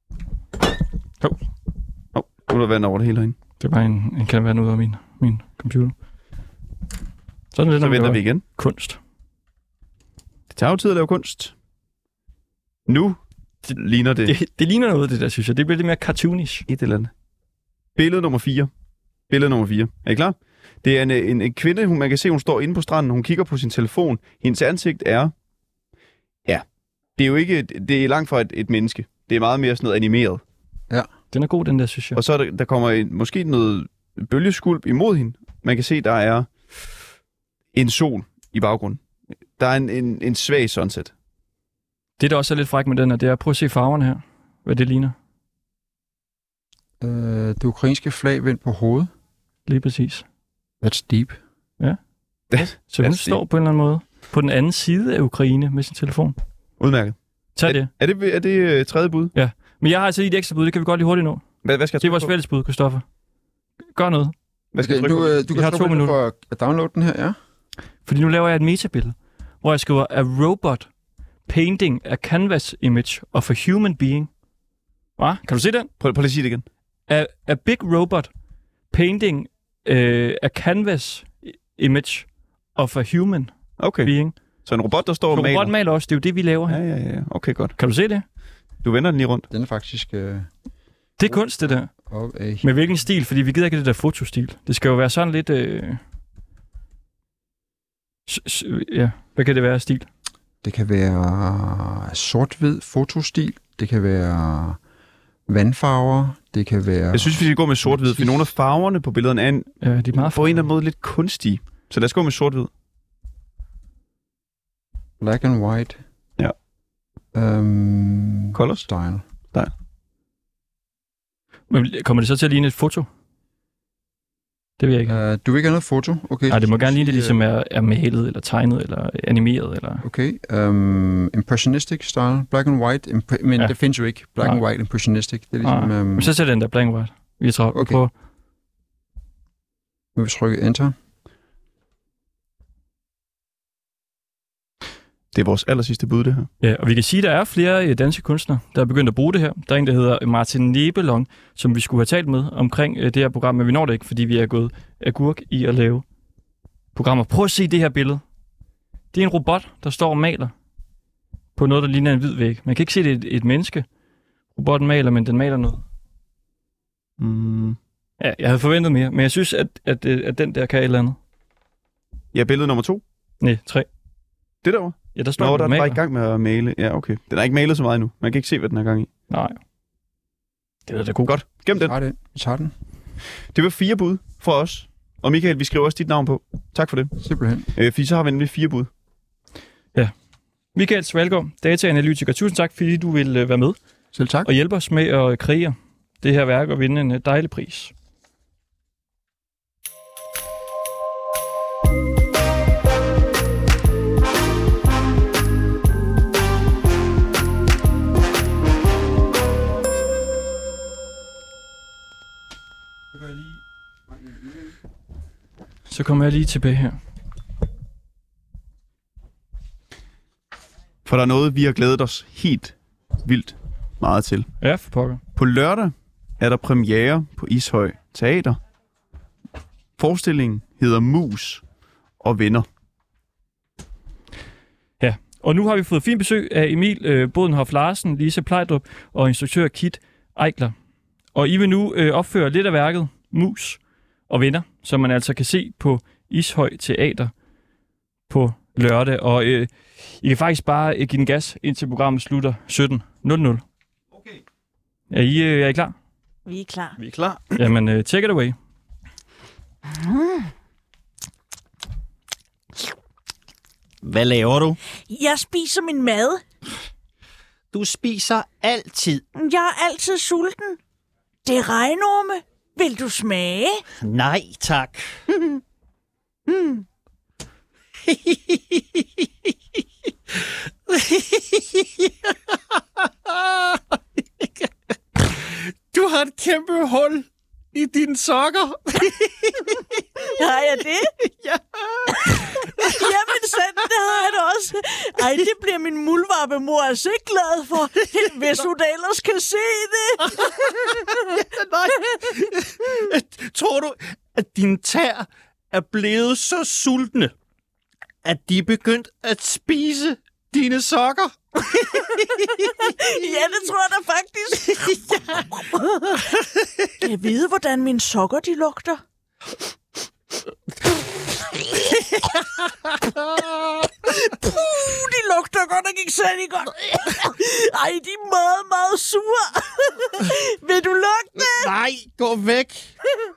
Nu er der vand over det hele herinde. Det er bare en kan vand ud af min computer. Sådan er det, så venter vi igen. Kunst. Det tager jo tid at lave kunst. Nu ligner det... Det ligner noget, det der, synes jeg. Det bliver lidt mere cartoonish. Et eller andet. Billede nummer 4. Er I klar? Det er en kvinde, man kan se, hun står inde på stranden. Hun kigger på sin telefon. Hendes ansigt er... Ja, det er jo ikke... Det er langt fra et menneske. Det er meget mere sådan noget animeret. Ja. Den er god, den der, synes jeg. Og så der kommer måske noget bølgeskulp imod hende. Man kan se, der er en sol i baggrunden. Der er en svag sunset. Det, der også er lidt fræk med den her, det er at prøve at se farverne her. Hvad det ligner. Det ukrainske flag vendt på hovedet. Lige præcis. That's deep. Ja. Så hun står på en eller anden måde på den anden side af Ukraine med sin telefon. Udmærket. Tag det. Er det tredje bud? Ja. Men jeg har altså lige et ekstra bud. Det kan vi godt lige hurtigt nå. Hvad skal jeg det er vores fælles bud, Christoffer. Gør noget. Hvad skal jeg trykke på? Du kan have 2 minutter for at downloade den her, ja. Fordi nu laver jeg et metabillede, hvor jeg skriver a robot painting a canvas image of a human being. Hvad? Kan du se den? Prøv lige at sige det igen. A big robot painting a canvas image of a human being. Så en robot, der står og maler? En robot maler også. Det er jo det, vi laver her. Ja. Okay, godt. Kan du se det? Du vender den lige rundt. Den er faktisk... Det er kunst, det der. Med hvilken stil? Fordi vi gider ikke det der fotostil. Det skal jo være sådan lidt... Ja, hvad kan det være stil? Det kan være sort-hvid fotostil. Det kan være vandfarver. Det kan være... Jeg synes, vi skal gå med sort-hvid, for nogle af farverne på billederne er de er meget på en eller anden måde lidt kunstige. Så lad os gå med sort-hvid. Black and white. Ja. Colors? Style. Men kommer det så til at ligne et foto? Det vil jeg ikke. Du vil ikke have noget foto? Okay. Nej, det må gerne ligne det, ligesom er malet, eller tegnet, eller animeret. Eller... Okay. Impressionistic style. Black and white. Men det findes jo ikke. Black and white impressionistic. Det er ligesom... Så sætter den der black and white. Vi tror, okay. Nu vil vi trykke enter. Det er vores allersidste bud, det her. Ja, og vi kan sige, at der er flere danske kunstnere, der er begyndt at bruge det her. Der er en, der hedder Martin Nebelong, som vi skulle have talt med omkring det her program, men vi når det ikke, fordi vi er gået agurk i at lave programmer. Prøv at se det her billede. Det er en robot, der står og maler på noget, der ligner en hvid væg. Man kan ikke se, det er et menneske. Robotten maler, men den maler noget. Ja, jeg havde forventet mere, men jeg synes, at den der kan et eller andet. Ja, billede nummer 2? Nej, 3. Det derovre? Ja, der står der er bare i gang med at male. Ja, okay. Den er ikke malet så meget endnu. Man kan ikke se, hvad den er gang i. Nej. Det er da godt. Gem den. Vi tager den. Det var 4 bud for os. Og Michael, vi skriver også dit navn på. Tak for det. Simpelthen. Fordi så har vi nemlig 4 bud. Michael Svalgaard, dataanalytiker. Tusind tak, fordi du vil være med. Selv tak. Og hjælpe os med at kreere det her værk og vinde en dejlig pris. Så kommer jeg lige tilbage her. For der er noget, vi har glædet os helt vildt meget til. Ja, for pokker. På lørdag er der premiere på Ishøj Teater. Forestillingen hedder Mus og Venner. Ja, og nu har vi fået fint besøg af Emil Bodenhoff Larsen, Lisa Plejdrup og instruktør Kit Eichler. Og I vil nu opføre lidt af værket Mus og Venner, som man altså kan se på Ishøj Teater på lørdag. Og I kan faktisk bare give den gas, indtil programmet slutter 17:00. Okay. Er I klar? Vi er klar. Vi er klar. Jamen, take it away. Hvad laver du? Jeg spiser min mad. Du spiser altid. Jeg er altid sulten. Det er regnorme. Vil du smage? Nej, tak. Du har et kæmpe hul i dine sokker. Har jeg det? Ja. Jamen sandt, det har jeg da også. Ej, det bliver min muldvarpemor altså ikke glad for, hvis hun da ellers kan se det. Nej. Tror du, at dine tær er blevet så sultne, at de er begyndt at spise dine sokker? Ja, det tror jeg da faktisk. Kan jeg vide, hvordan mine sokker de lugter? De lugter godt nok ikke særlig godt. Ej, de er meget, meget sure. Vil du lugte? Nej, gå væk.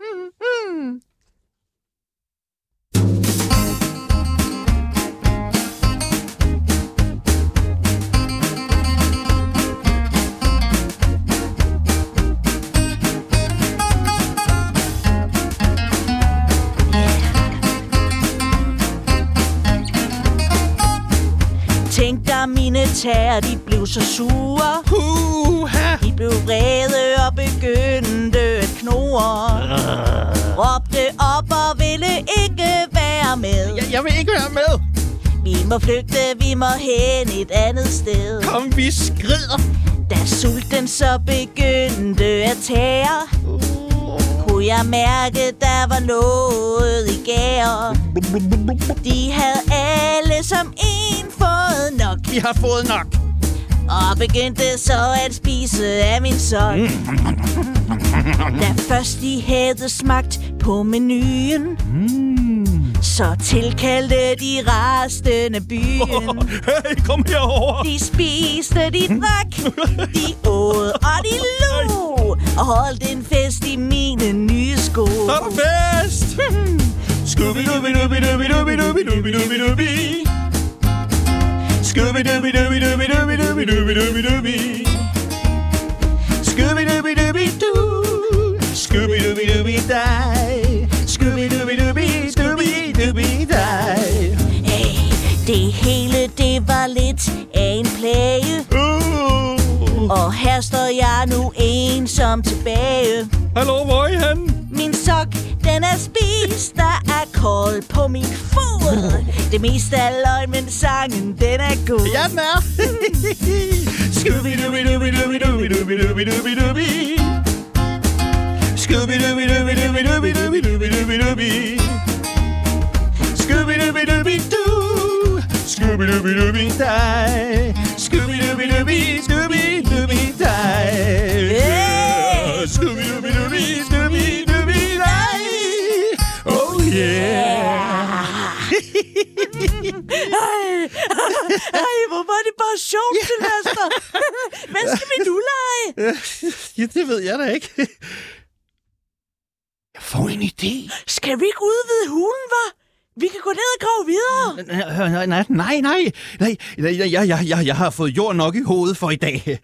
Tænk dig, mine tæer, de blev så sure. De blev vrede og begyndte at knurre. Råbte op og ville ikke være med. Jeg vil ikke være med. Vi må flygte, vi må hen et andet sted. Kom, vi skrider. Da sulten så begyndte at tære, kunne jeg mærke, der var noget i gære. De havde alle som en fået nok. Vi har fået nok. Og begyndte så at spise af min sok. Da først de havde smagt på menuen, så tilkaldte de resten af byen. Hey, kom herover. De spiste, de drak, de åd og de lå, og holdt en fest i mine nye sko. Så er der fest. Scooby-Dooby-Dooby-Dooby-Dooby-Dooby-Dooby. Scooby-Dooby-Dooby-Dooby-Dooby-Dooby-Dooby. Scooby-Dooby-Dooby-Doo. Scooby-Dooby-Dooby-Die. Scooby-Dooby-Dooby, Scooby-Dooby-Die. Hey, det hele, det var lidt af en plage. Og her står jeg nu ensom tilbage. Hallo, hvor er I hen? Min sok, den er spist, der er kold på min fod. Det meste er løgn, men sangen, den er god. Ja, den er. Scooby-Dooby-Dooby-Dooby-Dooby-Dooby-Dooby. Scooby-Dooby-Dooby-Dooby-Dooby-Dooby-Dooby. Scooby-Dooby-Dooby-Doo. Scooby-Dooby-Dooby-Die. Scooby-Dooby-Dooby, Scooby-Dooby-Die. Hey! Scooby-Dooby-Dooby, Scooby-Dooby-Die. Oh yeah. Ej, hvor var det bare sjovt, Sylvester. Hvad skal vi nu lege? Ja, det ved jeg da ikke. Jeg får en idé. Skal vi ikke udvide hulen, hva'? Vi kan gå ned og grave videre. Nej. Jeg har fået jord nok i hovedet for i dag.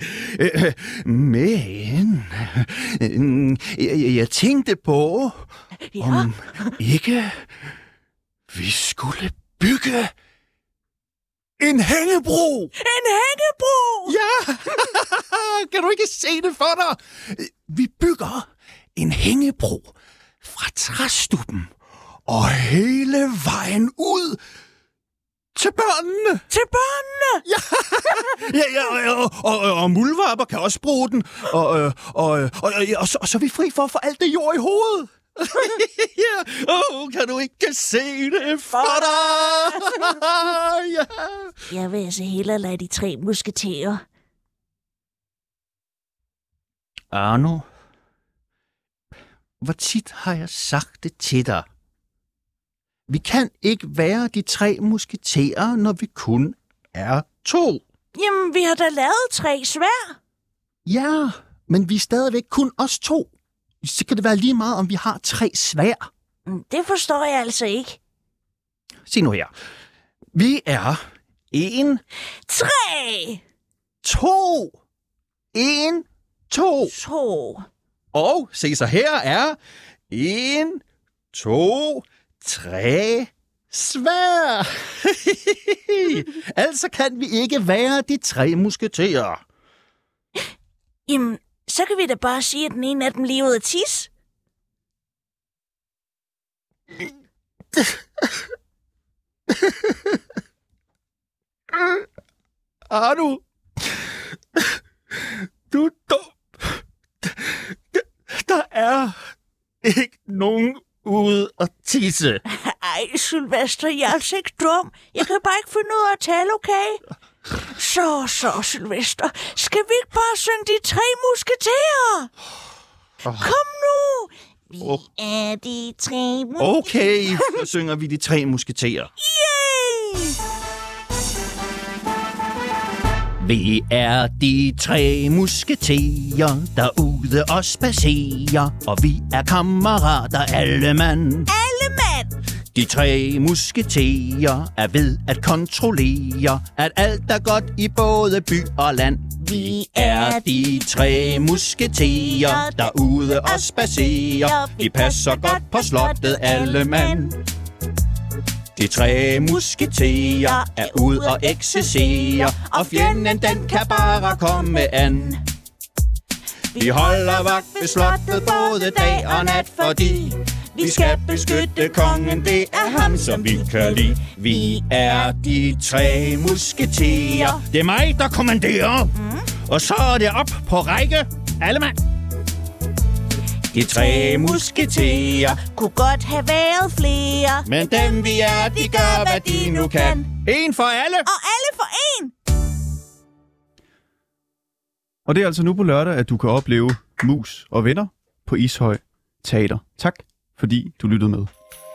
Men jeg tænkte på, om ikke vi skulle bygge en hængebro. En hængebro? Ja! Kan du ikke se det for dig? Vi bygger en hængebro fra træstuppen og hele vejen ud til børnene. Til børnene? Ja, og muldvarper kan også bruge den. Og så er vi fri for at få alt det jord i hovedet. Kan du ikke se det for dig? Jeg vil altså hellere lade de 3 musketerer. Arno, hvor tit har jeg sagt det til dig? Vi kan ikke være de 3 musketerer, når vi kun er 2. Jamen, vi har da lavet 3 sværd. Ja, men vi er stadigvæk kun os 2. Så kan det være lige meget, om vi har 3 sværd. Det forstår jeg altså ikke. Se nu her. Vi er 1, 3, 2, 1, 2. 2. Og se så her er 1, 2, 3 sværd. Altså kan vi ikke være de 3 musketerer. Jamen, så kan vi da bare sige, at den ene af dem lige ud af tis. Arno, du er dum. Der er ikke nogen ude at tisse. Ej, Sylvester, jeg er altså ikke dum. Jeg kan bare ikke finde ud af at tale, okay? Så, Sylvester. Skal vi ikke bare synge de 3 musketerer? Kom nu! Vi er de 3 musketerer. Okay, så synger vi de 3 musketerer. Yay! Vi er de 3 musketerer, der ude og spacerer, og vi er kammerater alle mand. Alle mand! De 3 musketerer er ved at kontrollere, at alt er godt i både by og land. Vi er de 3 musketerer, der ude og spacerer, vi passer godt på slottet alle mand. De 3 musketerer er ude og eksistere, og fjenden den kan bare komme an. Vi holder vagt ved slottet både dag og nat, fordi vi skal beskytte kongen, det er ham, som vi kan lide. Vi er de 3 musketerer. Det er mig, der kommanderer. Og så er det op på række. Alle mand. De 3 musketerer kunne godt have været flere, men dem vi er, de gør, hvad de nu kan. En for alle. Og alle for en. Og det er altså nu på lørdag, at du kan opleve Mus og Venner på Ishøj Teater. Tak, fordi du lyttede med.